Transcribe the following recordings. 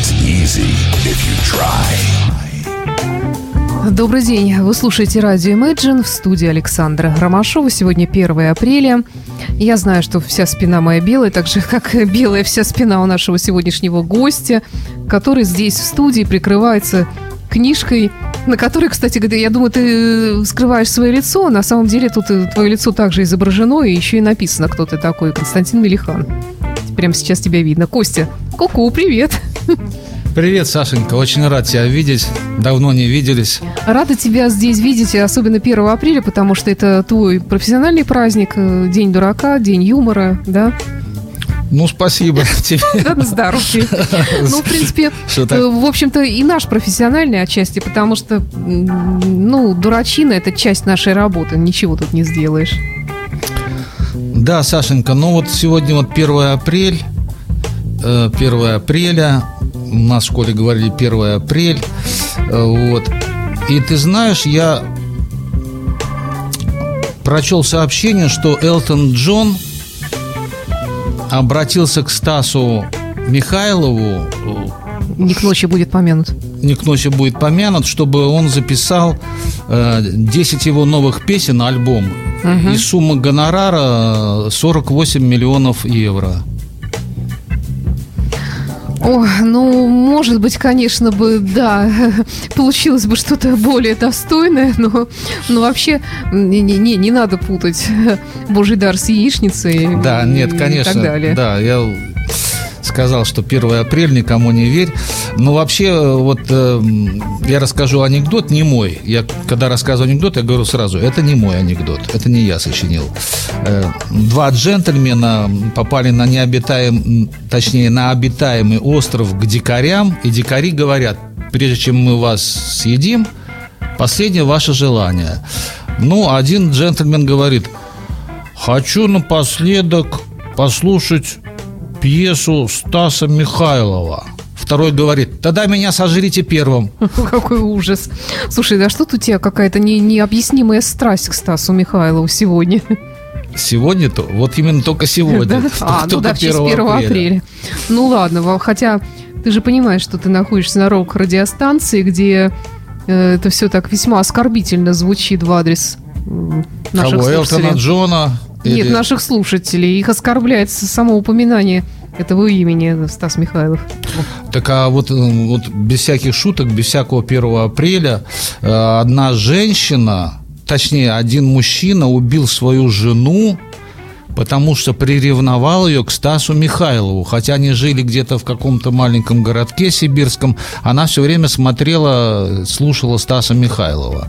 It's easy if you try. Добрый день. Вы слушаете радио Imagine, в студии Александра Ромашова. Сегодня 1 апреля. Я знаю, что вся спина моя белая, так же, как белая вся спина у нашего сегодняшнего гостя, который здесь в студии прикрывается книжкой, на которой, кстати, я думаю, ты скрываешь свое лицо. На самом деле тут твое лицо также изображено, и еще и написано, кто ты такой. Константин Мелихан. Прямо сейчас тебя видно. Костя, ку-ку, привет. Привет, Сашенька, очень рад тебя видеть, давно не виделись. Рада тебя здесь видеть, особенно 1 апреля, потому что это твой профессиональный праздник, День дурака, День юмора, да? Ну, спасибо тебе. Да, на здоровье. Ну, в принципе, в общем-то, и наш профессиональный отчасти, потому что, ну, дурачина – это часть нашей работы, ничего тут не сделаешь. Да, Сашенька, ну вот сегодня вот 1 апреля, у нас в школе говорили 1 апрель, вот. И ты знаешь, я прочел сообщение, что Элтон Джон обратился к Стасу Михайлову. Не к ночи будет помянут. Не к ночи будет помянут, чтобы он записал 10 его новых песен на альбом. И сумма гонорара 48 миллионов евро. О, ну, может быть, конечно бы, да, получилось бы что-то более достойное, но вообще не надо путать Божий дар с яичницей. Да, нет, конечно, и так далее. Да, я сказал, что 1 апреля, никому не верь. Но вообще, вот я расскажу анекдот, не мой. Я когда рассказываю анекдот, я говорю сразу, это не мой анекдот, это не я сочинил. 2 джентльмена попали на на обитаемый остров к дикарям, и дикари говорят: прежде чем мы вас съедим, последнее ваше желание. Ну, один джентльмен говорит: хочу напоследок послушать пьесу Стаса Михайлова. Второй говорит: тогда меня сожрите первым. Какой ужас. Слушай, да что тут у тебя какая-то необъяснимая страсть к Стасу Михайлову сегодня? Сегодня-то? Вот именно только сегодня. Да? Ну да, в честь 1 апреля. Ну ладно, хотя ты же понимаешь, что ты находишься на рок-радиостанции, где это все так весьма оскорбительно звучит в адрес наших слушателей. Элтона Джона? Нет, наших слушателей. Их оскорбляет само упоминание этого имени, Стас Михайлов. Так, а вот без всяких шуток, без всякого 1 апреля, одна женщина, точнее, один мужчина убил свою жену, потому что приревновал ее к Стасу Михайлову. Хотя они жили где-то в каком-то маленьком городке сибирском, она все время слушала Стаса Михайлова.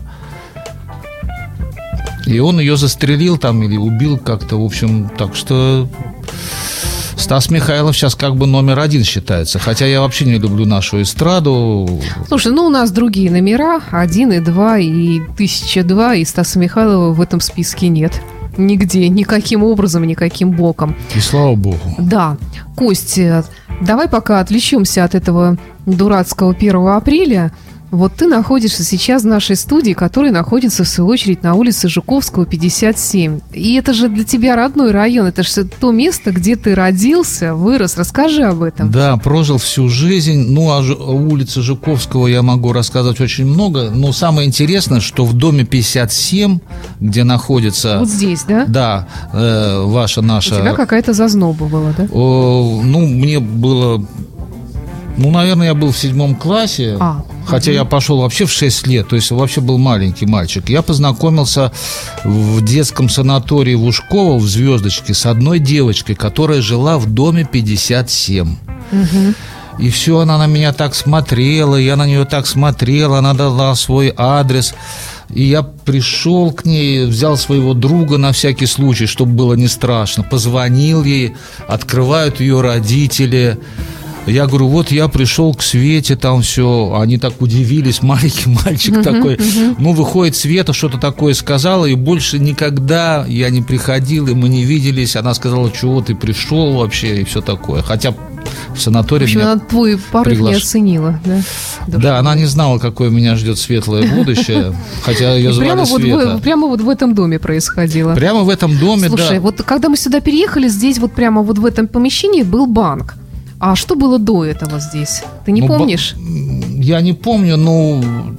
И он ее застрелил там или убил как-то, в общем, так что Стас Михайлов сейчас как бы номер 1 считается. Хотя я вообще не люблю нашу эстраду. Слушай, ну у нас другие номера, 1 и 2, и 1002, и Стаса Михайлова в этом списке нет. Нигде, никаким образом, никаким боком. И слава богу. Да. Кость, давай пока отвлечемся от этого дурацкого 1 апреля. Вот ты находишься сейчас в нашей студии, которая находится, в свою очередь, на улице Жуковского, 57. И это же для тебя родной район. Это же то место, где ты родился, вырос. Расскажи об этом. Да, прожил всю жизнь. Ну, о улице Жуковского я могу рассказать очень много. Но самое интересное, что в доме 57, где находится... Вот здесь, да? Да, наша... У тебя какая-то зазноба была, да? Мне было... наверное, я был в 7 классе, хотя я пошел вообще в 6 лет, то есть вообще был маленький мальчик. Я познакомился в детском санатории в Ушково, в «Звездочке», с одной девочкой, которая жила в доме 57. И все, она на меня так смотрела, я на нее так смотрел, она дала свой адрес. И я пришел к ней, взял своего друга на всякий случай, чтобы было не страшно, позвонил ей, открывают ее родители. Я говорю, вот я пришел к Свете, там все. Они так удивились, маленький мальчик такой. Ну, выходит, Света что-то такое сказала, и больше никогда я не приходил, и мы не виделись. Она сказала, чего ты пришел вообще, и все такое. Хотя в санатории... В общем, она твой порыв не оценила, да? Да, она не знала, какое меня ждет светлое будущее, хотя ее звали Света. Прямо вот в этом доме происходило. Прямо в этом доме, да. Слушай, вот когда мы сюда переехали, здесь вот прямо вот в этом помещении был банк. А что было до этого здесь? Ты не помнишь? Я не помню, но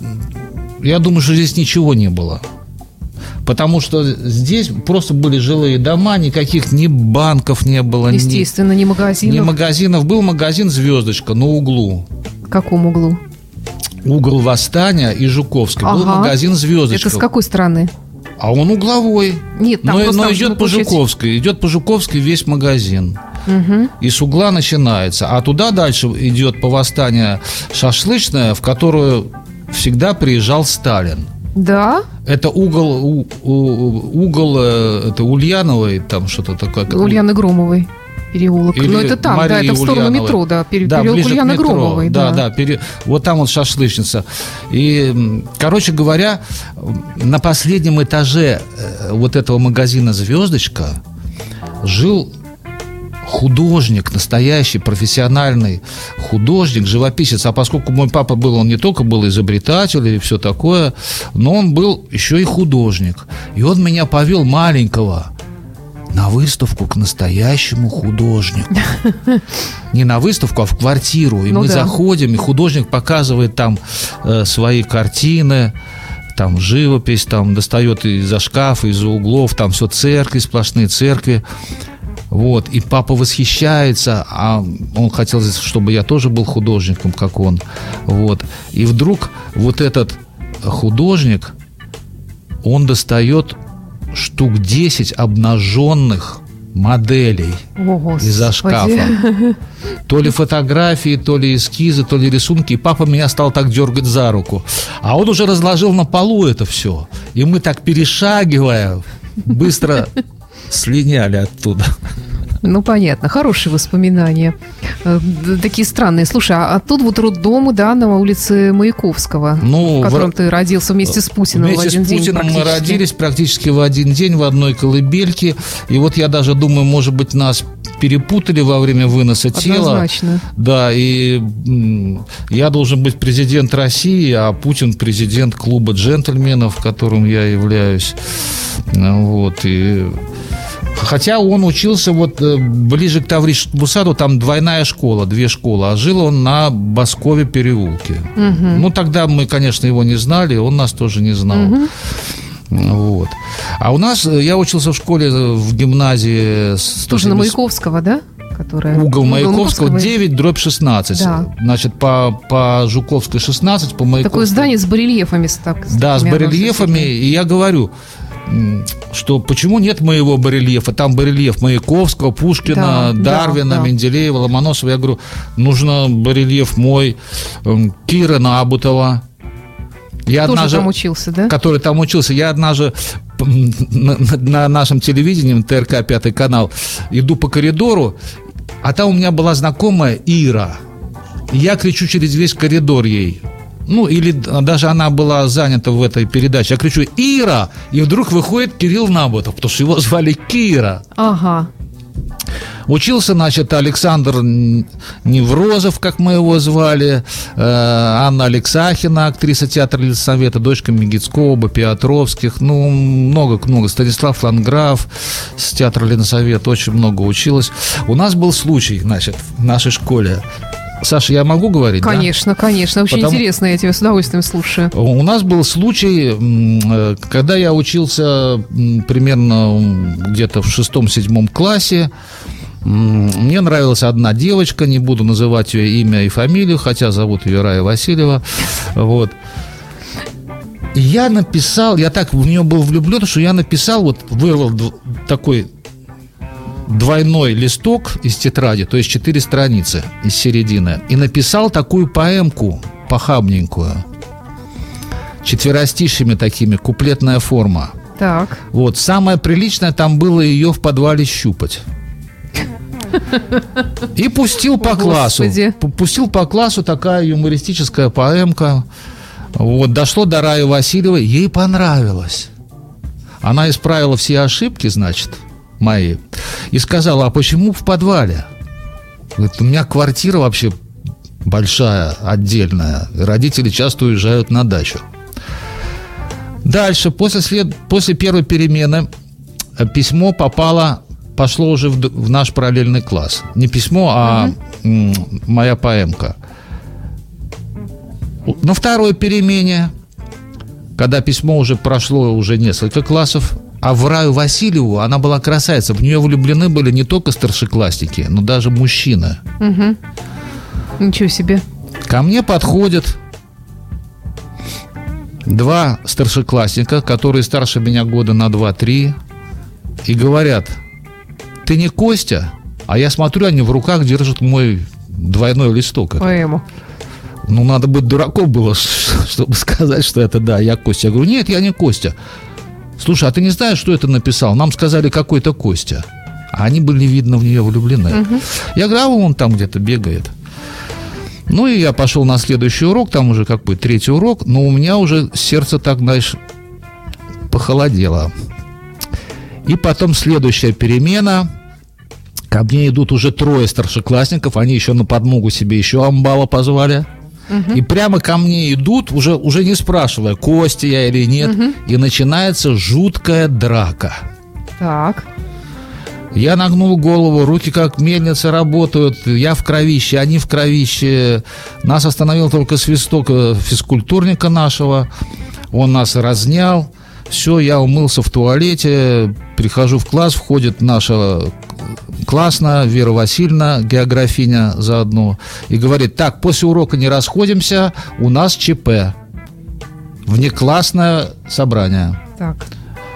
я думаю, что здесь ничего не было. Потому что здесь просто были жилые дома, никаких ни банков не было. Естественно, ни магазинов. Ни магазинов. Был магазин «Звездочка» на углу. В каком углу? Угол Восстания и Жуковской. Был магазин «Звездочка». Это с какой стороны? А он угловой. Нет, там но идет по Жуковской. Идет по Жуковской весь магазин. Угу. И с угла начинается. А туда дальше идет по Восстанию шашлычная, в которую всегда приезжал Сталин. Да? Это угол это Ульяновой, там что-то такое. Ульяны Громовой переулок. Или но это там, Марии да, это в сторону Ульяновой. метро, да, да, переулок Ульяны Громовой. Да. Вот там вот шашлычница. И, короче говоря, на последнем этаже вот этого магазина «Звездочка» жил художник, настоящий, профессиональный художник, живописец. А поскольку мой папа был, он не только был изобретатель и все такое, но он был еще и художник. И он меня повел маленького на выставку к настоящему художнику. Не на выставку, а в квартиру. И мы заходим, и художник показывает там свои картины, там живопись, там достает из-за шкафа, из-за углов, там все церкви, сплошные церкви. Вот, и папа восхищается, а он хотел, чтобы я тоже был художником, как он. Вот. И вдруг вот этот художник, он достает штук 10 обнаженных моделей из-за шкафа. То ли фотографии, то ли эскизы, то ли рисунки. И папа меня стал так дергать за руку. А он уже разложил на полу это все. И мы так, перешагивая, быстро слиняли оттуда. Ну, понятно. Хорошие воспоминания. Такие странные. Слушай, а тут вот роддом, да, на улице Маяковского, в котором ты родился вместе с Путиным в один день. Вместе с Путиным мы родились практически в один день, в одной колыбельке. И вот я даже думаю, может быть, нас перепутали во время выноса тела. Однозначно. Да, и я должен быть президент России, а Путин президент клуба джентльменов, которым я являюсь. Вот, и... Хотя он учился вот ближе к Таврическому саду, там двойная школа, 2 школы, а жил он на Баскове переулке. Угу. Ну, тогда мы, конечно, его не знали, он нас тоже не знал. Угу. Вот. А у нас, я учился в школе, в гимназии... Тоже на Маяковского, да? Угол Маяковского 9/16. Да. Значит, по Жуковской 16, по Маяковской... Такое здание с барельефами. Да, с барельефами, и я говорю... что почему нет моего барельефа? Там барельеф Маяковского, Пушкина, Дарвина, Менделеева, Ломоносова. Я говорю, нужно барельеф мой, Кира Набутова. Я тоже там учился, да? Который там учился. Я однажды на нашем телевидении, ТРК 5 канал, иду по коридору, а там у меня была знакомая Ира. И я кричу через весь коридор ей. Ну, или даже она была занята в этой передаче. Я кричу: «Ира!» И вдруг выходит Кирилл Набутов, потому что его звали Кира. Ага. Учился, значит, Александр Неврозов, как мы его звали, Анна Алексахина, актриса театра Ленсовета, дочка Мегицкого, Петровских, ну, много, Станислав Ланграф с театра Ленсовета, очень много училась. У нас был случай, значит, в нашей школе. Саша, я могу говорить? Конечно, да? Конечно. Очень интересно, я тебя с удовольствием слушаю. У нас был случай, когда я учился примерно где-то в 6-7 классе. Мне нравилась одна девочка, не буду называть ее имя и фамилию, хотя зовут ее Рая Васильева. Вот. И я написал, я так в нее был влюблен, что я написал, вот вырвал такой двойной листок из тетради, то есть 4 страницы из середины, и написал такую поэмку похабненькую, четверостишьями такими, куплетная форма. Так. Вот, самое приличное там было ее в подвале щупать. И пустил по классу. Пустил по классу такая юмористическая поэмка. Вот, дошло до Раи Васильевой, ей понравилось. Она исправила все ошибки, значит, мои, и сказала: а почему в подвале? Говорит, у меня квартира вообще большая, отдельная. Родители часто уезжают на дачу. Дальше, после первой перемены, письмо попало пошло уже в наш параллельный класс. Не письмо, а моя поэмка. На второй перемене, когда письмо уже прошло уже несколько классов, а в Раю Васильеву, она была красавица, в нее влюблены были не только старшеклассники, но даже мужчины. Ничего себе. Ко мне подходят 2 старшеклассника, которые старше меня года на 2-3, и говорят: ты не Костя? А я смотрю, они в руках держат мой двойной листок. Поэму. Ну, надо быть дураком было, чтобы сказать, что это да, я Костя. Я говорю: нет, я не Костя. Слушай, а ты не знаешь, что это написал? Нам сказали, какой-то Костя. А они были, видно, в нее влюблены. Я говорю: а он там где-то бегает. Ну, и я пошел на следующий урок, там уже какой 3-й урок, но у меня уже сердце так, знаешь, похолодело. И потом следующая перемена. Ко мне идут уже 3 старшеклассников, они еще на подмогу себе еще амбала позвали. И прямо ко мне идут, уже не спрашивая, Костя я или нет, и начинается жуткая драка. Так. Я нагнул голову, руки как мельницы работают, я в кровище, они в кровище. Нас остановил только свисток физкультурника нашего, он нас разнял. Все, я умылся в туалете, прихожу в класс, входит наша классная Вера Васильевна, географиня заодно, и говорит: так, после урока не расходимся, у нас ЧП, внеклассное собрание. Так.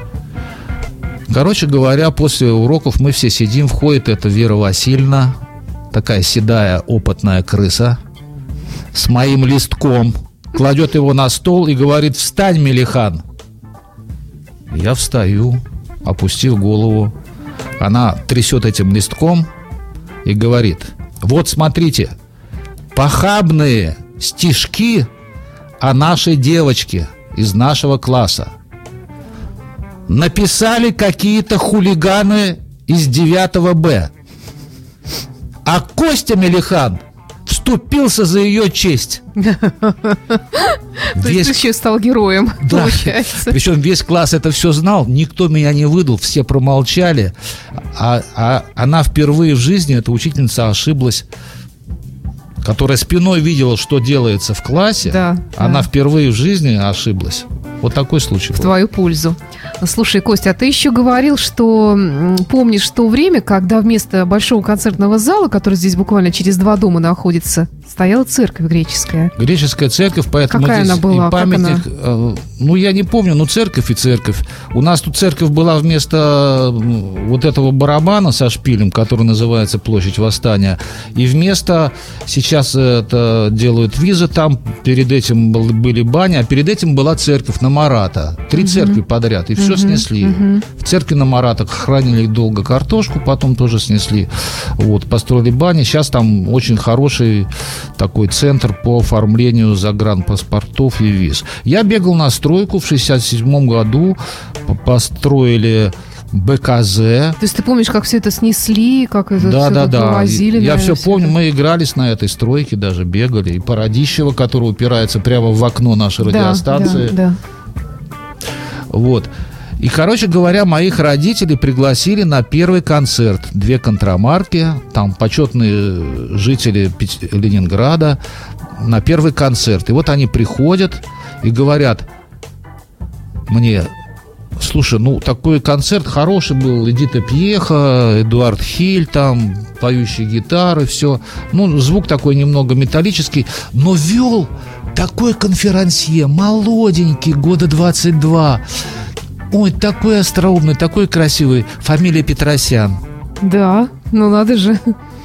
Короче говоря, после уроков мы все сидим, входит эта Вера Васильевна, такая седая, опытная крыса, с моим листком, кладет его на стол и говорит: встань, Мелихан. Я встаю, опустив голову. Она трясет этим листком и говорит: вот смотрите, похабные стишки о нашей девочке из нашего класса написали какие-то хулиганы из 9 Б. А Костя Мелихан вступился за ее честь. То есть ты еще стал героем, да, получается. Причем весь класс это все знал, никто меня не выдал, все промолчали. А она впервые в жизни, эта учительница, ошиблась, которая спиной видела, что делается в классе. Да, она впервые в жизни ошиблась. Вот такой случай был. В твою пользу. Слушай, Костя, а ты еще говорил, что помнишь то время, когда вместо большого концертного зала, который здесь буквально через 2 дома находится, стояла церковь греческая. Греческая церковь, поэтому какая здесь она была? И памятник. Ну, я не помню, но церковь и церковь. У нас тут церковь была вместо вот этого барабана со шпилем, который называется Площадь Восстания. И вместо, сейчас это делают визы там, перед этим были бани, а перед этим была церковь на Марата. 3 церкви подряд, и все снесли. В церкви на Маратах хранили долго картошку, потом тоже снесли. Вот, построили бани. Сейчас там очень хороший такой центр по оформлению загранпаспортов и виз. Я бегал на стройку в 1967 году, построили БКЗ. То есть ты помнишь, как все это снесли, как это да. вывозили? Я все помню, мы игрались на этой стройке, даже бегали. И Парадищева, который упирается прямо в окно нашей радиостанции. Да. Вот. И, короче говоря, моих родителей пригласили на первый концерт. 2 контрамарки, там почетные жители Ленинграда, на первый концерт. И вот они приходят и говорят мне: слушай, ну такой концерт хороший был, Эдита Пьеха, Эдуард Хиль, там поющие гитары, все. Ну, звук такой немного металлический, но вел такой конферансье, молоденький, года 22. Ой, такой остроумный, такой красивый. Фамилия Петросян. Да, ну надо же.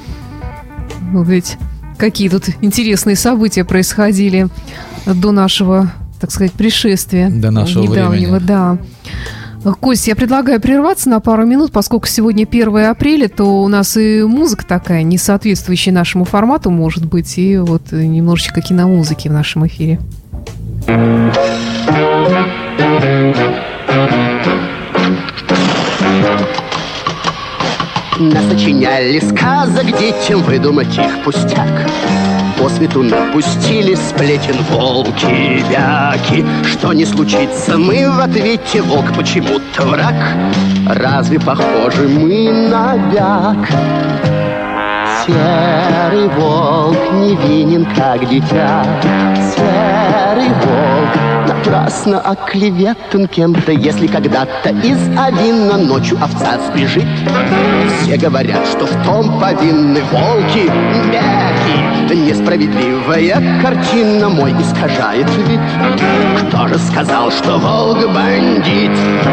Вот ведь какие тут интересные события происходили до нашего, так сказать, пришествия. До нашего недавнего, времени. Да. Кость, я предлагаю прерваться на пару минут, поскольку сегодня 1 апреля, то у нас и музыка такая, не соответствующая нашему формату, может быть, и вот немножечко киномузыки в нашем эфире. Насочиняли сказок детям, выдумать их пустяк. по свету напустили сплетен волки-вяки. Что не случится, мы в ответе волк почему-то враг. Разве похожи мы на вяк? Серый волк невинен, как дитя. Серый волк напрасно оклеветан кем-то. Если когда-то из авина ночью овца сбежит, все говорят, что в том повинны волки вяки. Несправедливая картина мой искажает вид. Кто же сказал, что волк бандит?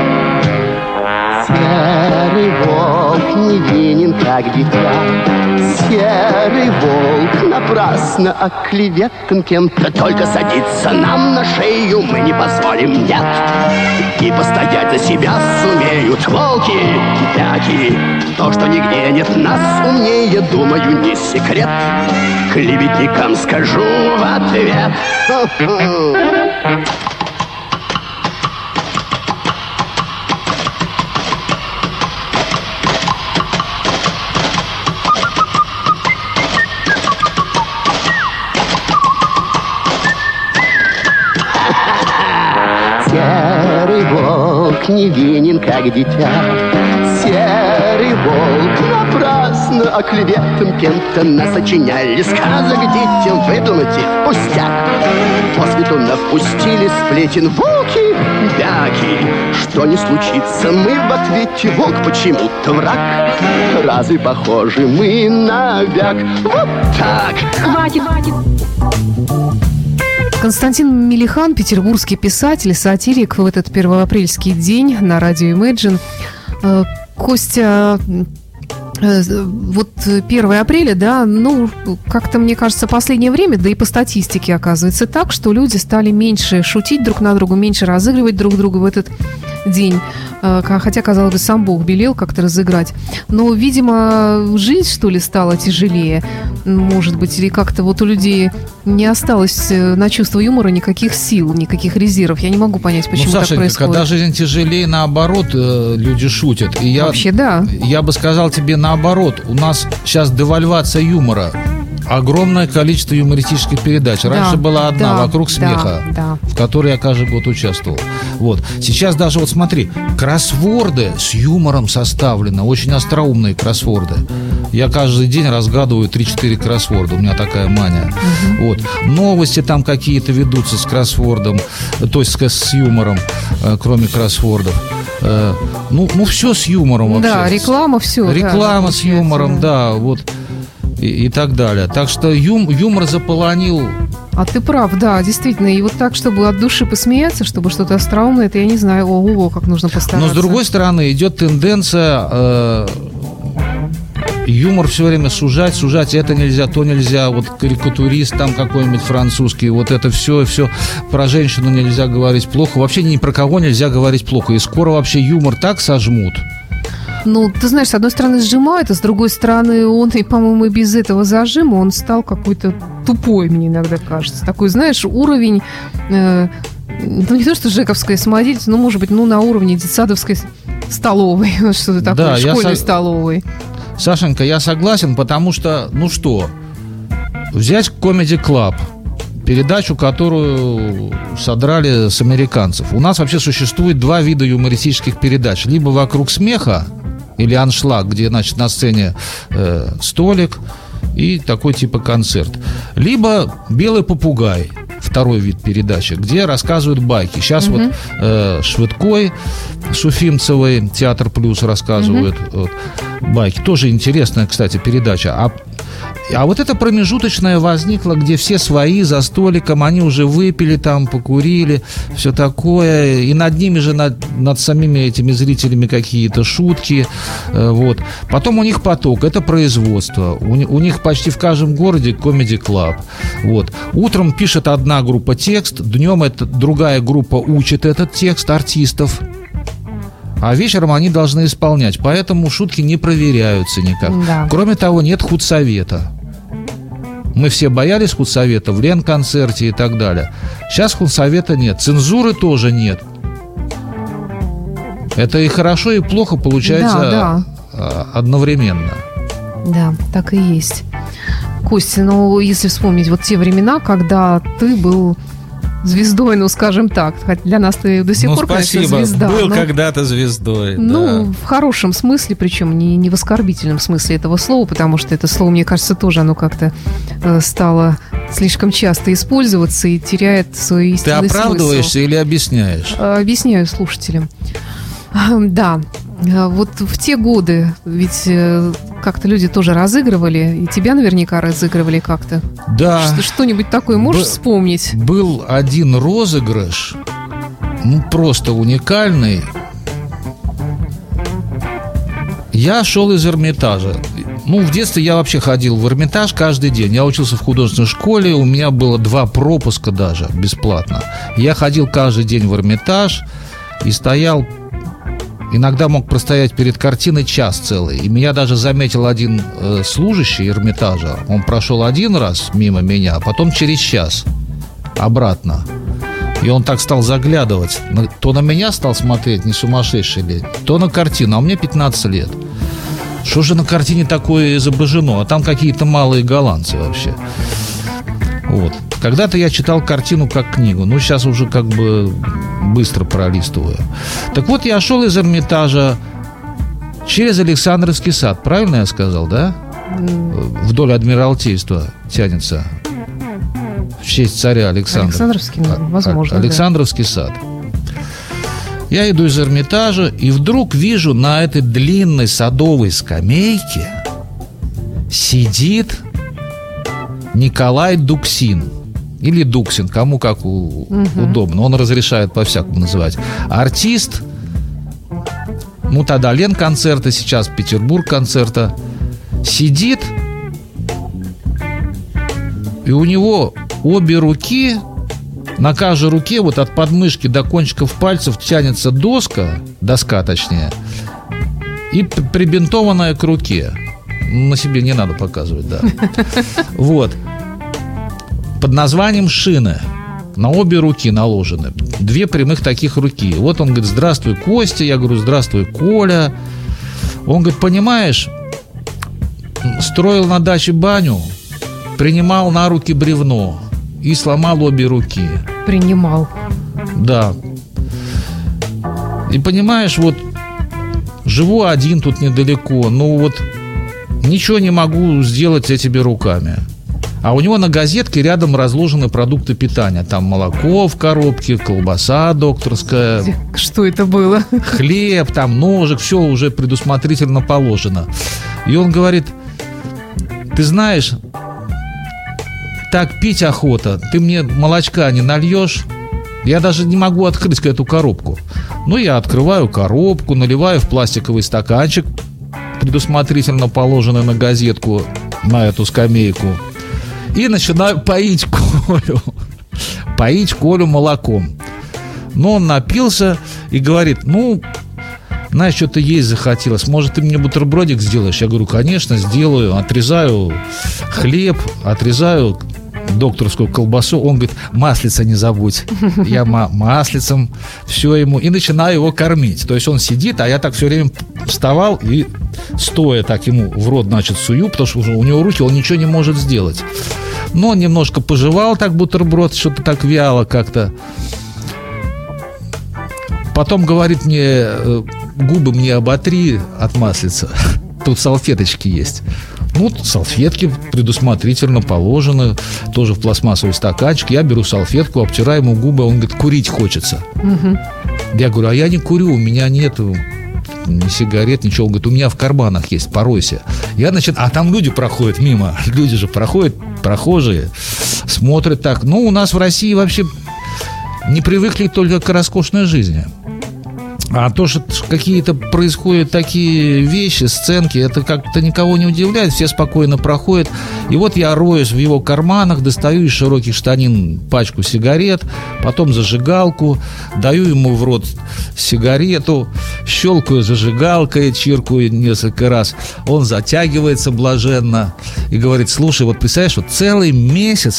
Серый волк невинен, как дитя. Серый волк напрасно оклеветан кем-то. Только садиться нам на шею мы не позволим, нет. И постоять за себя сумеют волки-вяки. То, что нигде нет нас умнее, думаю, не секрет. Клеветникам скажу в ответ. Серый волк невинен, как дитя. Серый волк напрасно оклеветан кем-то. Насочиняли сказок детям, выдумать их пустяк. По свету напустили сплетен волки-вяки. Что не случится, мы в ответе волк почему-то враг. Разве похожи мы на вяк? Вот так. Хватит. Константин Милихан, петербургский писатель, сатирик, в этот первоапрельский день на радио Imagine. Костя, вот 1 апреля, да, ну, как-то, мне кажется, последнее время, да и по статистике оказывается так, что люди стали меньше шутить друг на друга, меньше разыгрывать друг друга в этот день. Хотя, казалось бы, сам Бог велел как-то разыграть. Но, видимо, жизнь, что ли, стала тяжелее, может быть, или как-то вот у людей не осталось на чувство юмора никаких сил, никаких резервов. Я не могу понять, почему так происходит. Когда жизнь тяжелее, наоборот, люди шутят. И вообще, да. Я бы сказал тебе наоборот. У нас сейчас девальвация юмора. Огромное количество юмористических передач. Раньше была одна, «Вокруг смеха», в которой я каждый год участвовал. Вот. Сейчас даже, вот смотри, кроссворды с юмором составлены, очень остроумные кроссворды. Я каждый день разгадываю 3-4 кроссворда, у меня такая мания. Вот. Новости там какие-то ведутся с кроссвордом, то есть с юмором, кроме кроссвордов. Ну, все с юмором вообще. Да, реклама, все. Реклама с юмором, да, вот. И так далее. Так что юмор заполонил. А ты прав, да, действительно. И вот так, чтобы от души посмеяться, чтобы что-то остроумное, это я не знаю, ого, как нужно постараться. Но с другой стороны, идет тенденция юмор все время сужать, это нельзя, то нельзя. Вот карикатурист там какой-нибудь французский, вот это все про женщину нельзя говорить плохо. Вообще ни про кого нельзя говорить плохо. И скоро вообще юмор так сожмут. Ну, ты знаешь, с одной стороны сжимает, а с другой стороны он, и, по-моему, и без этого зажима он стал какой-то тупой, мне иногда кажется. Такой, знаешь, уровень, ну, не то, что жековская самодеятельность, но, может быть, на уровне детсадовской столовой, что-то такое, да, школьной столовой. Сашенька, я согласен, потому что, взять Comedy Club, передачу, которую содрали с американцев. У нас вообще существует 2 вида юмористических передач. Либо «Вокруг смеха», или «Аншлаг», где, значит, на сцене столик и такой типа концерт. Либо «Белый попугай», второй вид передачи, где рассказывают байки. Сейчас вот Швыдкой с Уфимцевой, Театр Плюс рассказывают байки. Тоже интересная, кстати, передача. А вот это промежуточное возникло, где все свои за столиком, они уже выпили там, покурили, все такое, и над ними же, над самими этими зрителями какие-то шутки, вот. Потом у них поток, это производство, у них почти в каждом городе Comedy Club, вот. Утром пишет одна группа текст, днем другая группа учит этот текст артистов, а вечером они должны исполнять. Поэтому шутки не проверяются никак. Да. Кроме того, нет худсовета. Мы все боялись худсовета в Ленконцерте и так далее. Сейчас худсовета нет. Цензуры тоже нет. Это и хорошо, и плохо получается одновременно. Да, так и есть. Костя, ну, если вспомнить вот те времена, когда ты был звездой, ну, скажем так. Для нас ты до сих пор, спасибо. Конечно, звезда. Был когда-то звездой. Ну, да. В хорошем смысле, причем не в оскорбительном смысле этого слова, потому что это слово, мне кажется, тоже оно как-то стало слишком часто использоваться и теряет свой истинный смысл. Ты оправдываешься или объясняешь? Объясняю слушателям. Да, вот в те годы ведь как-то люди тоже разыгрывали, и тебя наверняка разыгрывали как-то. Да. Что-нибудь такое можешь вспомнить? Был один розыгрыш, ну, просто уникальный. Я шел из Эрмитажа. Ну, в детстве я вообще ходил в Эрмитаж каждый день. Я учился в художественной школе, у меня было 2 пропуска даже бесплатно. Я ходил каждый день в Эрмитаж и стоял. Иногда мог простоять перед картиной час целый. И меня даже заметил один служащий Эрмитажа. Он прошел один раз мимо меня, а потом через час обратно. И он так стал заглядывать. То на меня стал смотреть, не сумасшедший ли, то на картину. А мне 15 лет. Что же на картине такое изображено? А там какие-то малые голландцы вообще. Вот. Когда-то я читал картину как книгу. Ну, сейчас уже как бы быстро пролистываю. Так вот, я шел из Эрмитажа через Александровский сад. Правильно я сказал, да? Вдоль Адмиралтейства тянется. В честь царя Александра. Александровский, возможно, Александровский сад. Я иду из Эрмитажа и вдруг вижу на этой длинной садовой скамейке сидит Николай Дуксин. Или Дуксин, кому как удобно. Он разрешает по-всякому называть. Артист, ну тогда Ленконцерта, сейчас Петербург-концерта. Сидит, и у него обе руки, на каждой руке, вот от подмышки до кончиков пальцев тянется доска точнее, и прибинтованная к руке. На себе не надо показывать, да. Вот. Под названием «Шины». На обе руки наложены. 2 прямых таких руки. Вот он говорит: здравствуй, Костя. Я говорю: здравствуй, Коля. Он говорит: понимаешь, строил на даче баню, принимал на руки бревно и сломал обе руки. Принимал. Да. И понимаешь, вот живу один тут недалеко, ну вот ничего не могу сделать этими руками. А у него на газетке рядом разложены продукты питания. Там молоко в коробке, колбаса докторская. Что это было? Хлеб, там ножик, все уже предусмотрительно положено. И он говорит: ты знаешь, так пить охота, ты мне молочка не нальешь? Я даже не могу открыть эту коробку. Ну, я открываю коробку, наливаю в пластиковый стаканчик, предусмотрительно положенный на газетку, на эту скамейку, и начинаю поить Колю. Поить Колю молоком. Но он напился и говорит: ну, знаешь, что-то есть захотелось. Может, ты мне бутербродик сделаешь? Я говорю: конечно, сделаю. Отрезаю хлеб, отрезаю докторскую колбасу. Он говорит: маслица не забудь. Я маслицем все ему. И начинаю его кормить. То есть он сидит, а я так все время вставал и стоя так ему в рот, значит, сую, потому что уже у него руки, он ничего не может сделать. Но он немножко пожевал так бутерброд, что-то так вяло как-то. Потом говорит мне: губы мне оботри от маслица. Тут салфеточки есть. Ну, салфетки предусмотрительно положены, тоже в пластмассовый стаканчик. Я беру салфетку, обтираю ему губы. Он говорит: курить хочется. Я говорю: а я не курю, у меня нету ни сигарет, ничего. Он говорит: у меня в карманах есть, поройся. Я, значит, а там люди проходят мимо. Люди же проходят, прохожие, смотрят так. Ну, у нас в России вообще не привыкли только к роскошной жизни. А то, что какие-то происходят такие вещи, сценки, это как-то никого не удивляет, все спокойно проходят. И вот я роюсь в его карманах, достаю из широких штанин пачку сигарет, потом зажигалку, даю ему в рот сигарету, щелкаю зажигалкой, чиркаю несколько раз. Он затягивается блаженно и говорит: слушай, вот представляешь, вот целый месяц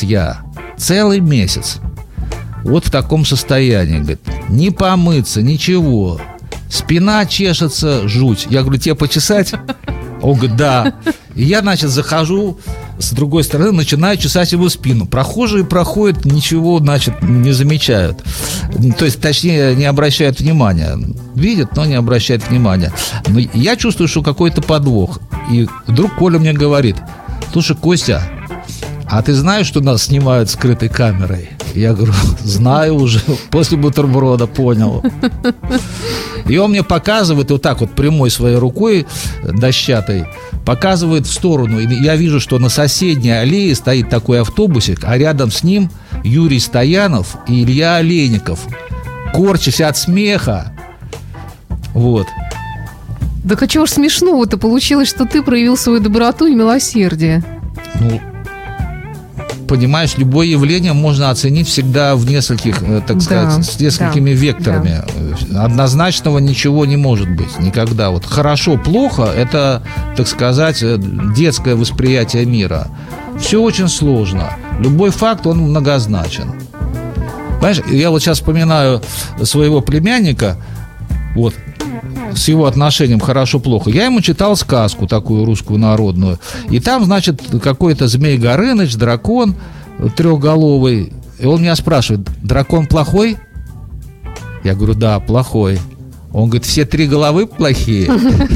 вот в таком состоянии, говорит, не помыться, ничего, спина чешется, жуть. Я говорю: тебе почесать? Он говорит: да. И я, значит, захожу с другой стороны, начинаю чесать его спину. Прохожие проходят, ничего, значит, не замечают. То есть, точнее, не обращают внимания. Видят, но не обращают внимания. Но я чувствую, что какой-то подвох. И вдруг Коля мне говорит: слушай, Костя, а ты знаешь, что нас снимают скрытой камерой? Я говорю: знаю уже, после бутерброда понял. И он мне показывает вот так вот прямой своей рукой дощатой, показывает в сторону. И я вижу, что на соседней аллее стоит такой автобусик, а рядом с ним Юрий Стоянов и Илья Олейников, корчась от смеха. Вот. Да а чего ж смешного-то? Получилось, что ты проявил свою доброту и милосердие. Ну, понимаешь, любое явление можно оценить всегда в нескольких, так сказать, с несколькими векторами. Да. Однозначного ничего не может быть никогда. Вот хорошо, плохо – это, так сказать, детское восприятие мира. Все очень сложно. Любой факт, он многозначен. Понимаешь, я вот сейчас вспоминаю своего племянника, вот, с его отношением хорошо-плохо. Я ему читал сказку такую русскую народную. И там, значит, какой-то Змей Горыныч, дракон трехголовый. И он меня спрашивает: дракон плохой? Я говорю: да, плохой. Он говорит: все 3 головы плохие.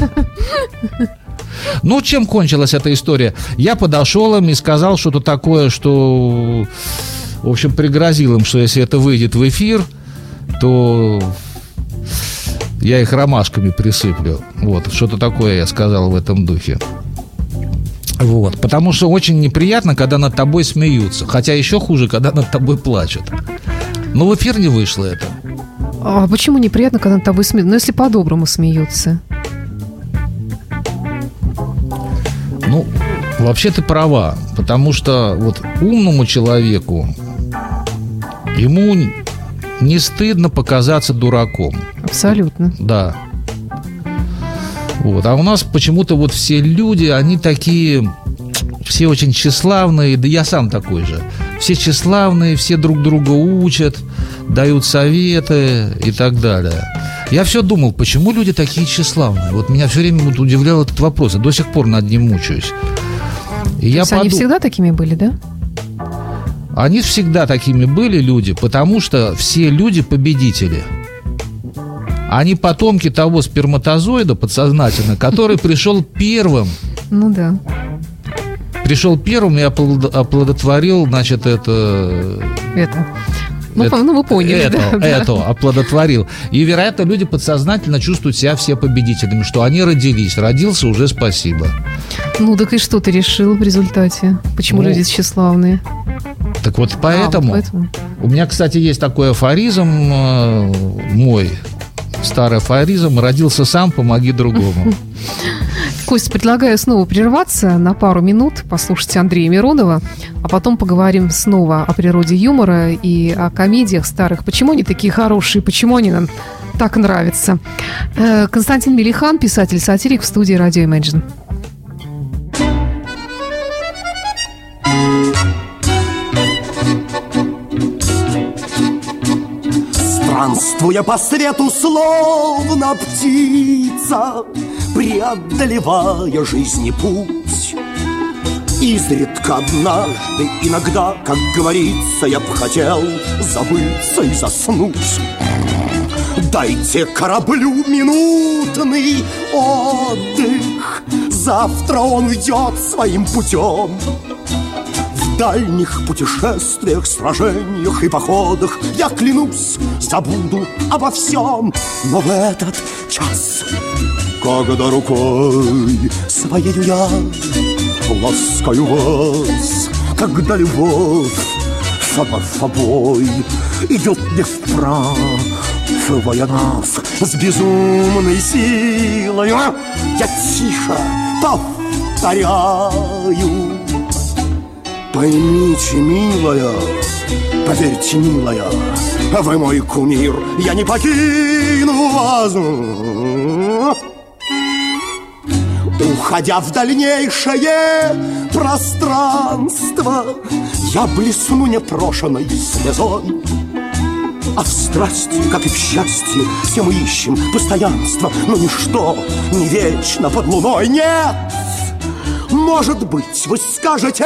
Ну, чем кончилась эта история? Я подошел им и сказал что-то такое, что, в общем, пригрозил им, что если это выйдет в эфир, то я их ромашками присыплю. Вот, что-то такое я сказал в этом духе. Вот, потому что очень неприятно, когда над тобой смеются. Хотя еще хуже, когда над тобой плачут. Но в эфир не вышло это. А почему неприятно, когда над тобой смеются? Ну, если по-доброму смеются. Ну, вообще ты права. Потому что вот умному человеку, ему не стыдно показаться дураком. Абсолютно. Да. Вот. А у нас почему-то вот все люди, они такие, все очень тщеславные, да я сам такой же. Все тщеславные, все друг друга учат, дают советы и так далее. Я все думал, почему люди такие тщеславные? Вот меня все время удивлял этот вопрос, я до сих пор над ним мучаюсь. И то есть они всегда такими были, да? Они всегда такими были, люди, потому что все люди победители. Они потомки того сперматозоида подсознательно, который пришел первым. Ну да. Пришел первым и оплодотворил, значит, это... Ну, вы поняли, это оплодотворил. И, вероятно, люди подсознательно чувствуют себя все победителями, что они родились. Родился, уже спасибо. Ну, так и что ты решил в результате? Почему люди тщеславные? Так вот поэтому. У меня, кстати, есть такой афоризм мой, старый афоризм: родился сам, помоги другому. Кость, предлагаю снова прерваться на пару минут, послушать Андрея Миронова, а потом поговорим снова о природе юмора и о комедиях старых. Почему они такие хорошие, почему они нам так нравятся? Константин Мелихан, писатель-сатирик, в студии «Радио Imagine». Странствуя по свету, словно птица, преодолевая жизни путь, изредка однажды, иногда, как говорится, я б хотел забыться и заснуть. Дайте кораблю минутный отдых, завтра он уйдет своим путем. В дальних путешествиях, сражениях и походах я, клянусь, забуду обо всем. Но в этот час, когда рукой своею я ласкаю вас, когда любовь сама собой идет не вправая нас с безумной силой, я тихо повторяю: поймите, милая, поверьте, милая, вы мой кумир, я не покину вас. Уходя в дальнейшее пространство, я блесну непрошенной слезой. А в страсти, как и в счастье, все мы ищем постоянство, но ничто не вечно под луной. Нет, Может быть, вы скажете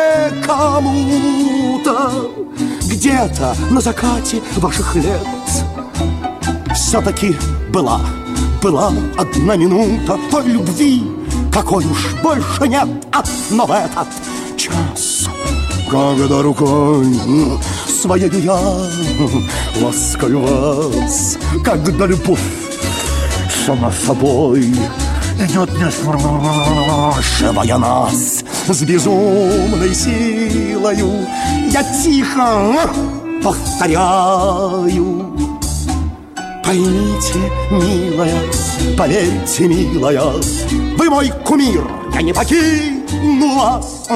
кому-то где-то на закате ваших лет все-таки была одна минута той любви, какой уж больше нет. Но в этот час, когда рукой своей я ласкаю вас, когда любовь сама собой идет, не спрашивая нас, с безумной силою, я тихо повторяю: поймите, милая, поверьте, милая, вы мой кумир, я не покину вас.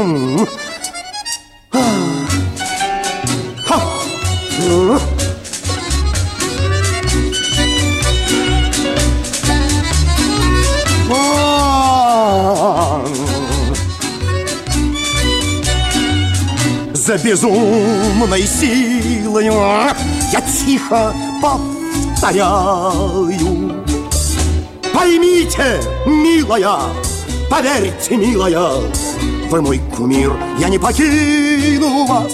За безумной силою я тихо повторяю: поймите, милая, поверьте, милая, вы мой кумир, я не покину вас.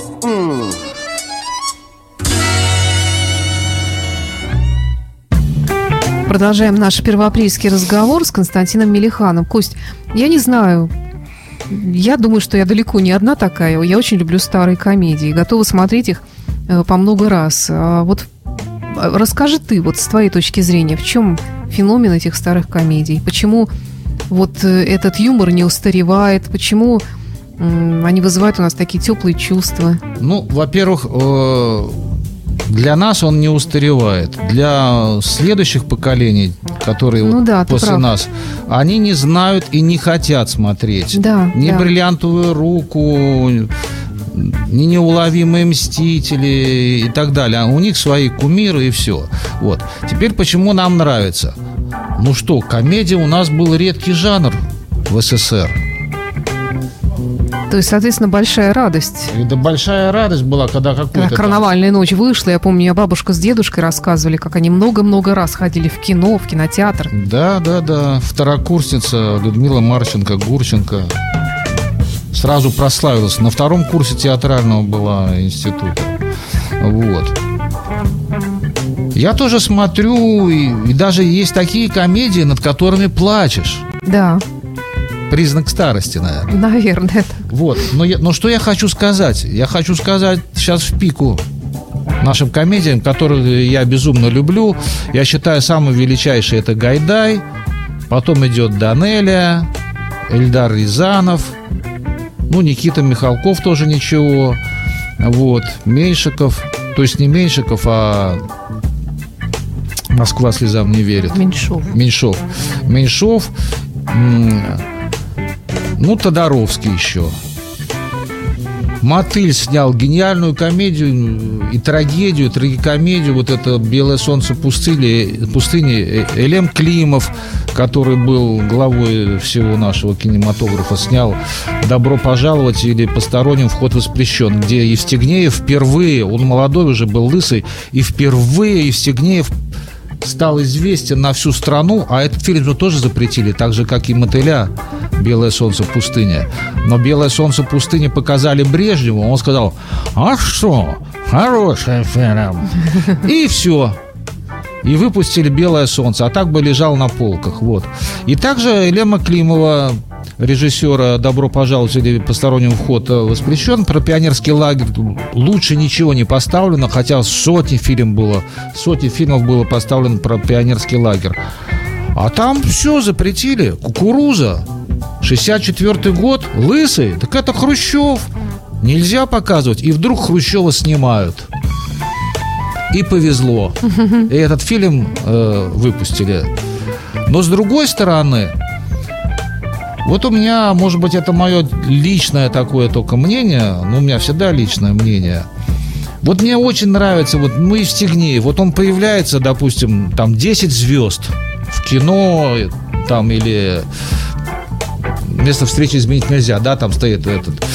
Продолжаем наш первоапрельский разговор с Константином Мелиханом. Кость, я не знаю, я думаю, что я далеко не одна такая. Я очень люблю старые комедии, готова смотреть их по много раз. Вот расскажи ты, вот с твоей точки зрения, в чем феномен этих старых комедий? Почему вот этот юмор не устаревает? Почему они вызывают у нас такие теплые чувства? Ну, во-первых, для нас он не устаревает. Для следующих поколений, которые после нас, они не знают и не хотят смотреть. Ни «Бриллиантовую руку», ни «Неуловимые мстители» и так далее. У них свои кумиры и все. Вот. Теперь почему нам нравится? Ну что, комедия у нас был редкий жанр в СССР. То есть, соответственно, большая радость. Да, большая радость была, когда какой-то... «Карнавальная ночь» вышла. Я помню, бабушка с дедушкой рассказывали, как они много-много раз ходили в кино, в кинотеатр. Да. Второкурсница Людмила Марченко-Гурченко сразу прославилась. На втором курсе театрального была института. Вот. Я тоже смотрю, и даже есть такие комедии, над которыми плачешь. Да. Признак старости, наверное. Наверное. Вот. Но что я хочу сказать? Я хочу сказать сейчас в пику нашим комедиям, которые я безумно люблю. Я считаю, самый величайший — это Гайдай. Потом идет Данелия, Эльдар Рязанов. Ну, Никита Михалков тоже ничего. Вот. Меньшиков. То есть не Меньшиков, а «Москва слезам не верит». Меньшов. Ну, Тодоровский еще. Мотыль снял гениальную комедию и трагедию, трагикомедию. Вот это «Белое солнце пустыни». Элем Климов, который был главой всего нашего кинематографа, снял «Добро пожаловать» или «Посторонним вход воспрещен», где Евстигнеев впервые, он молодой уже был, лысый, и впервые Евстигнеев стал известен на всю страну, а этот фильм же тоже запретили, так же, как и «Мотыля», «Белое солнце пустыни». Но «Белое солнце пустыни» показали Брежневу, он сказал: а что, хороший фильм. И все. И выпустили «Белое солнце», а так бы лежал на полках. Вот. И также Элема Климова, режиссера «Добро пожаловать» или «Посторонним вход воспрещен», про пионерский лагерь лучше ничего не поставлено, хотя сотни фильмов было поставлено про пионерский лагерь. А там все запретили. Кукуруза, 64-й год, лысый, так это Хрущев. Нельзя показывать. И вдруг Хрущева снимают. И повезло. И этот фильм выпустили. Но с другой стороны, вот у меня, может быть, это мое личное такое только мнение, но у меня всегда личное мнение. Вот мне очень нравится, вот Евстигнеев, вот он появляется, допустим, там 10 звезд в кино, там, или «Место встречи изменить нельзя», да, там стоит этот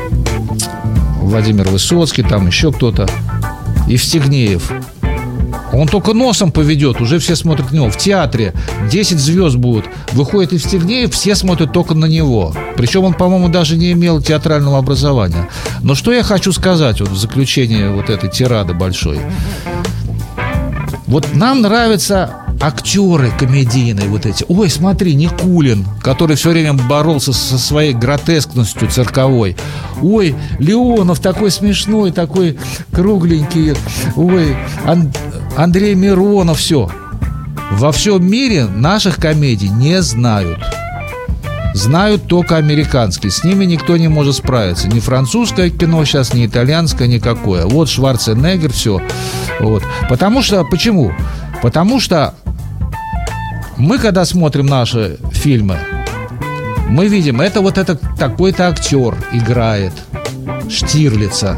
Владимир Высоцкий, там еще кто-то. Евстигнеев. Он только носом поведет, уже все смотрят на него. В театре 10 звезд будут. Выходит Евстигнеев, все смотрят только на него. Причем он, по-моему, даже не имел театрального образования. Но что я хочу сказать вот в заключение вот этой тирады большой. Вот нам нравятся актеры комедийные вот эти. Ой, смотри, Никулин, который все время боролся со своей гротескностью цирковой. Ой, Леонов такой смешной, такой кругленький. Ой, Андрей Миронов, все. Во всем мире наших комедий не знают. Знают только американские. С ними никто не может справиться. Ни французское кино сейчас, ни итальянское, никакое. Вот Шварценеггер, все. Вот. Потому что, почему? Потому что мы, когда смотрим наши фильмы, мы видим, это вот это такой-то актер играет Штирлица.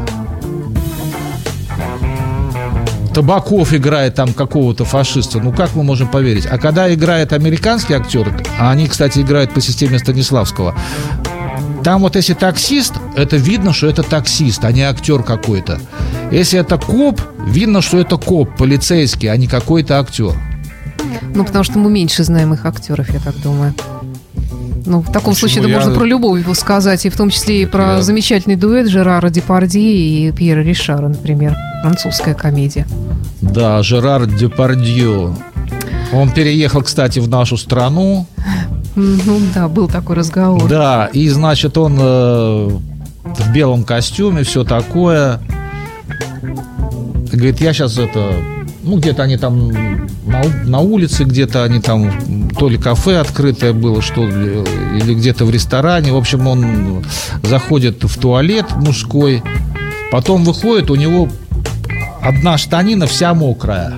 Табаков играет там какого-то фашиста. Ну, как мы можем поверить? А когда играет американский актер, а они, кстати, играют по системе Станиславского, там вот если таксист, это видно, что это таксист, а не актер какой-то. Если это коп, видно, что это коп, полицейский, а не какой-то актер. Ну, потому что мы меньше знаем их актеров, я так думаю. Ну, в таком случае можно про любовь сказать, и в том числе и про замечательный дуэт Жерара Депардье и Пьера Ришара, например. Французская комедия. Да, Жерар Депардье. Он переехал, кстати, в нашу страну. Ну да, был такой разговор. Да, и, значит, он в белом костюме, все такое. Говорит, я сейчас ну, где-то они там на улице, где-то они там, то ли кафе открытое было, что ли, или где-то в ресторане. В общем, он заходит в туалет мужской, потом выходит, у него одна штанина вся мокрая.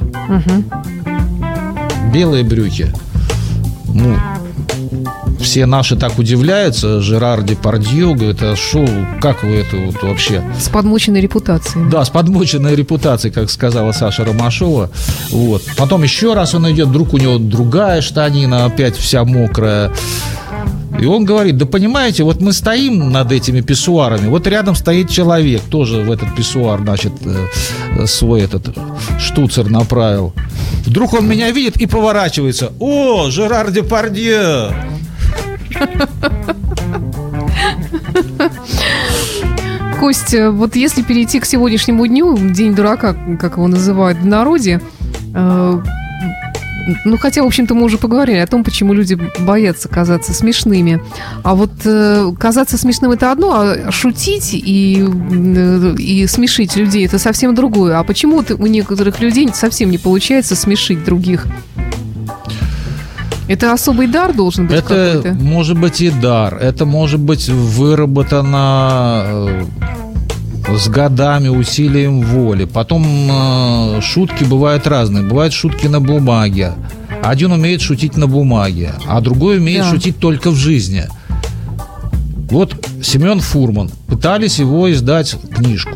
Белые брюки. Ну, все наши так удивляются. Жерар Депардье говорит, а шо, как вы это вот вообще? С подмоченной репутацией. Да, с подмоченной репутацией, как сказала Саша Ромашова. Вот. Потом еще раз он идет, вдруг у него другая штанина, опять вся мокрая. И он говорит, да понимаете, вот мы стоим над этими писсуарами, вот рядом стоит человек, тоже в этот писсуар, значит, свой этот штуцер направил. Вдруг он меня видит и поворачивается. О, Жерар Депардье! Костя, вот если перейти к сегодняшнему дню, День дурака, как его называют в народе, ну, хотя, в общем-то, мы уже поговорили о том, почему люди боятся казаться смешными. А вот казаться смешным – это одно, а шутить и смешить людей – это совсем другое. А почему у некоторых людей совсем не получается смешить других? Это особый дар должен быть какой-то? Это может быть и дар. Это может быть выработано с годами, усилием воли. Потом шутки бывают разные. Бывают шутки на бумаге. Один умеет шутить на бумаге, а другой умеет шутить только в жизни. Вот Семен Фурман. Пытались его издать книжку.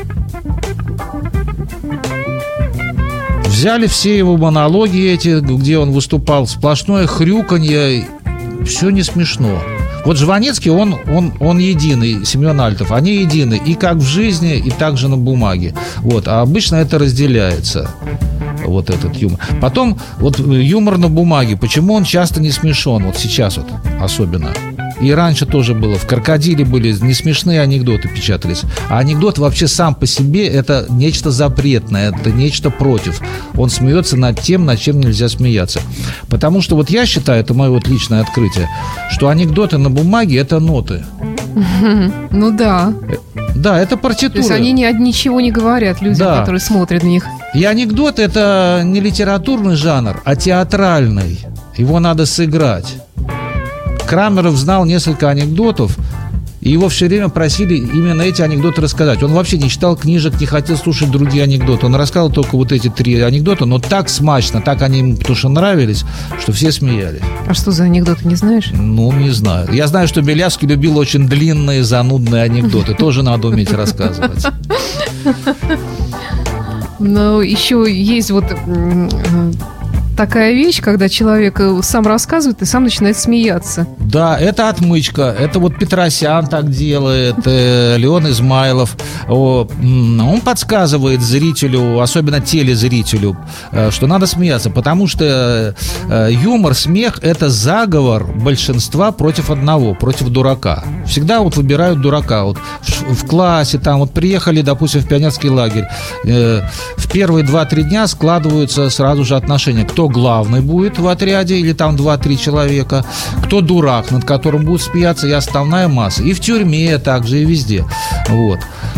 Взяли все его монологи эти, где он выступал, сплошное хрюканье. Все не смешно. Вот Жванецкий, он единый, Семен Альтов, они едины и как в жизни, и также на бумаге. Вот, а обычно это разделяется, вот этот юмор. Потом, вот юмор на бумаге, почему он часто не смешон, вот сейчас вот особенно. И раньше тоже было. В «Крокодиле» были несмешные анекдоты, печатались. А анекдот вообще сам по себе – это нечто запретное, это нечто против. Он смеется над тем, над чем нельзя смеяться. Потому что вот я считаю, это мое вот личное открытие, что анекдоты на бумаге – это ноты. Ну да. Да, это партитура. То есть они ничего не говорят людям, которые смотрят на них. И анекдот – это не литературный жанр, а театральный. Его надо сыграть. Крамеров знал несколько анекдотов, и его все время просили именно эти анекдоты рассказать. Он вообще не читал книжек, не хотел слушать другие анекдоты. Он рассказал только вот эти 3 анекдота, но так смачно, так они ему потому что нравились, что все смеялись. А что за анекдоты, не знаешь? Ну, не знаю. Я знаю, что Белявский любил очень длинные, занудные анекдоты. Тоже надо уметь рассказывать. Но еще есть вот такая вещь, когда человек сам рассказывает и сам начинает смеяться. Да, это отмычка. Это вот Петросян так делает, Леон Измайлов. Он подсказывает зрителю, особенно телезрителю, что надо смеяться, потому что юмор, смех – это заговор большинства против одного, против дурака. Всегда вот выбирают дурака. Вот в классе, там вот приехали, допустим, в пионерский лагерь. В первые 2-3 дня складываются сразу же отношения. Кто главный будет в отряде, или там 2-3 человека, кто дурак, над которым будут смеяться, и основная масса. И в тюрьме также, и везде. Вот.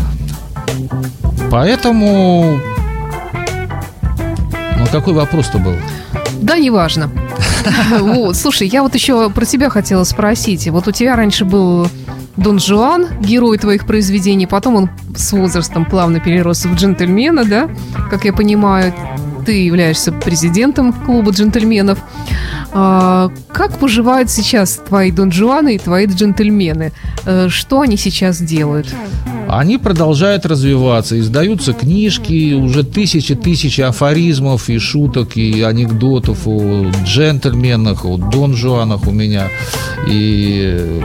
Поэтому... Ну, какой вопрос-то был? Да, неважно. Вот, слушай, я вот еще про тебя хотела спросить. Вот у тебя раньше был Дон Жуан, герой твоих произведений, потом он с возрастом плавно перерос в джентльмена, да? Как я понимаю, ты являешься президентом клуба джентльменов. Как поживают сейчас твои Дон Жуаны и твои джентльмены? Что они сейчас делают? Они продолжают развиваться, издаются книжки, уже тысячи афоризмов и шуток, и анекдотов о джентльменах, о Дон Жуанах у меня. И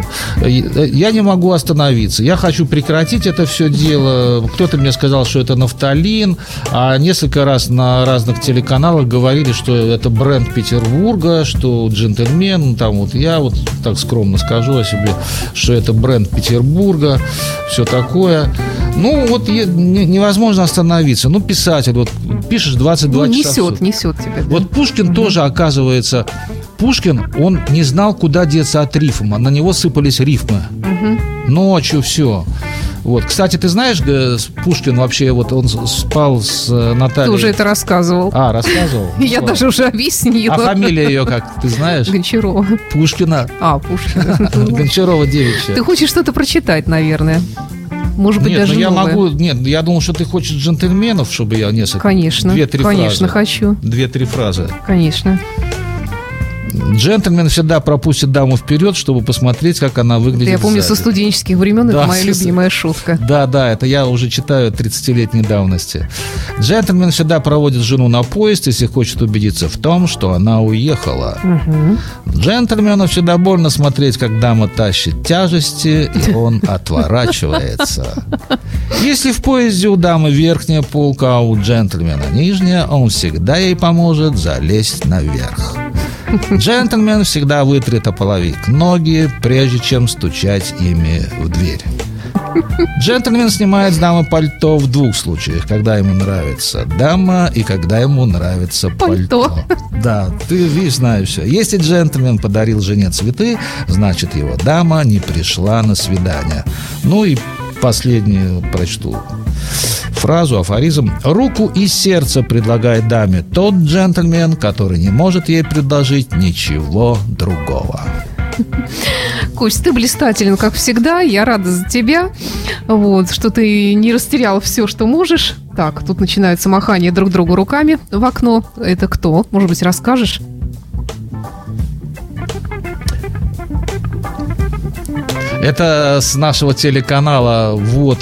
я не могу остановиться. Я хочу прекратить это все дело. Кто-то мне сказал, что это нафталин, а несколько раз на разных телеканалах говорили, что это бренд Петербурга, что джентльмен, там вот я вот так скромно скажу о себе, что это бренд Петербурга, все такое. Ну, вот невозможно остановиться. Ну, писатель, вот пишешь 22 часа. Несет тебя. Да? Вот Пушкин тоже, оказывается, Пушкин, он не знал, куда деться от рифма. На него сыпались рифмы. Ночью все. Вот. Кстати, ты знаешь, Пушкин вообще, вот он спал с Натальей. Ты уже это рассказывал. Рассказывал? Я даже уже объяснила. А фамилия ее как, ты знаешь? Гончарова. Пушкина. Пушкина. Гончарова девичья. Ты хочешь что-то прочитать, наверное? Может быть, даже я новое. могу. Нет, я думал, что ты хочешь джентльменов, чтобы я несколько. Конечно. 2-3 фразы. Конечно, хочу. 2-3 фразы. Конечно. Джентльмен всегда пропустит даму вперед, чтобы посмотреть, как она выглядит. Я помню, сзади. со студенческих времен это моя любимая шутка. Да, это я уже читаю 30-летней давности. Джентльмен всегда проводит жену на поезд, если хочет убедиться в том, что она уехала. Джентльмену всегда больно смотреть, как дама тащит тяжести, и он отворачивается. Если в поезде у дамы верхняя полка, а у джентльмена нижняя, он всегда ей поможет залезть наверх. Джентльмен всегда вытрет о половик ноги, прежде чем стучать ими в дверь. Джентльмен снимает с дамы пальто в 2 случаях: когда ему нравится дама и когда ему нравится пальто. Да, ты видишь, знаешь все. Если джентльмен подарил жене цветы, значит, его дама не пришла на свидание. Ну и последнюю прочту фразу, афоризм. Руку и сердце предлагает даме тот джентльмен, который не может ей предложить ничего другого. Кость, ты блистателен, как всегда. Я рада за тебя, вот, что ты не растерял все, что можешь. Так, тут начинается махание друг другу руками в окно. Это кто? Может быть, расскажешь? Это с нашего телеканала, вот,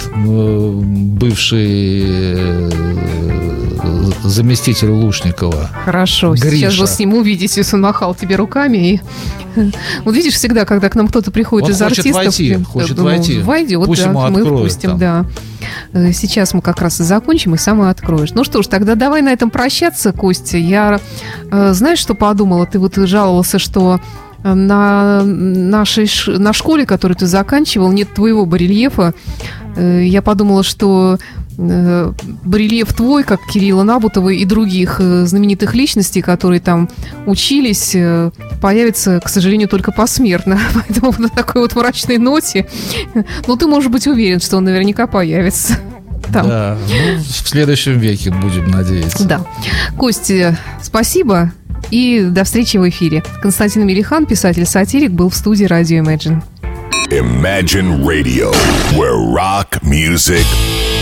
бывший заместитель Лушникова. Хорошо, Гриша. Сейчас же с ним увидеть, если он махал тебе руками. И... Вот видишь, всегда, когда к нам кто-то приходит из артистов... Хочет войти. Войдет, пусть да, ему мы откроют, впустим, там. да. Сейчас мы как раз и закончим, и сам и откроешь. Ну что ж, тогда давай на этом прощаться, Костя. Я, знаешь, что подумала? Ты вот жаловался, что на школе, которую ты заканчивал, нет твоего барельефа. Я подумала, что барельеф твой, как Кирилла Набутова и других знаменитых личностей, которые там учились, появится, к сожалению, только посмертно. Поэтому на такой вот мрачной ноте, ну, ты можешь быть уверен, что он наверняка появится там. Да, ну, в следующем веке будем надеяться. Да. Костя, спасибо. И до встречи в эфире. Константин Мелихан, писатель-сатирик, был в студии радио Imagine. Imagine Radio, where rock music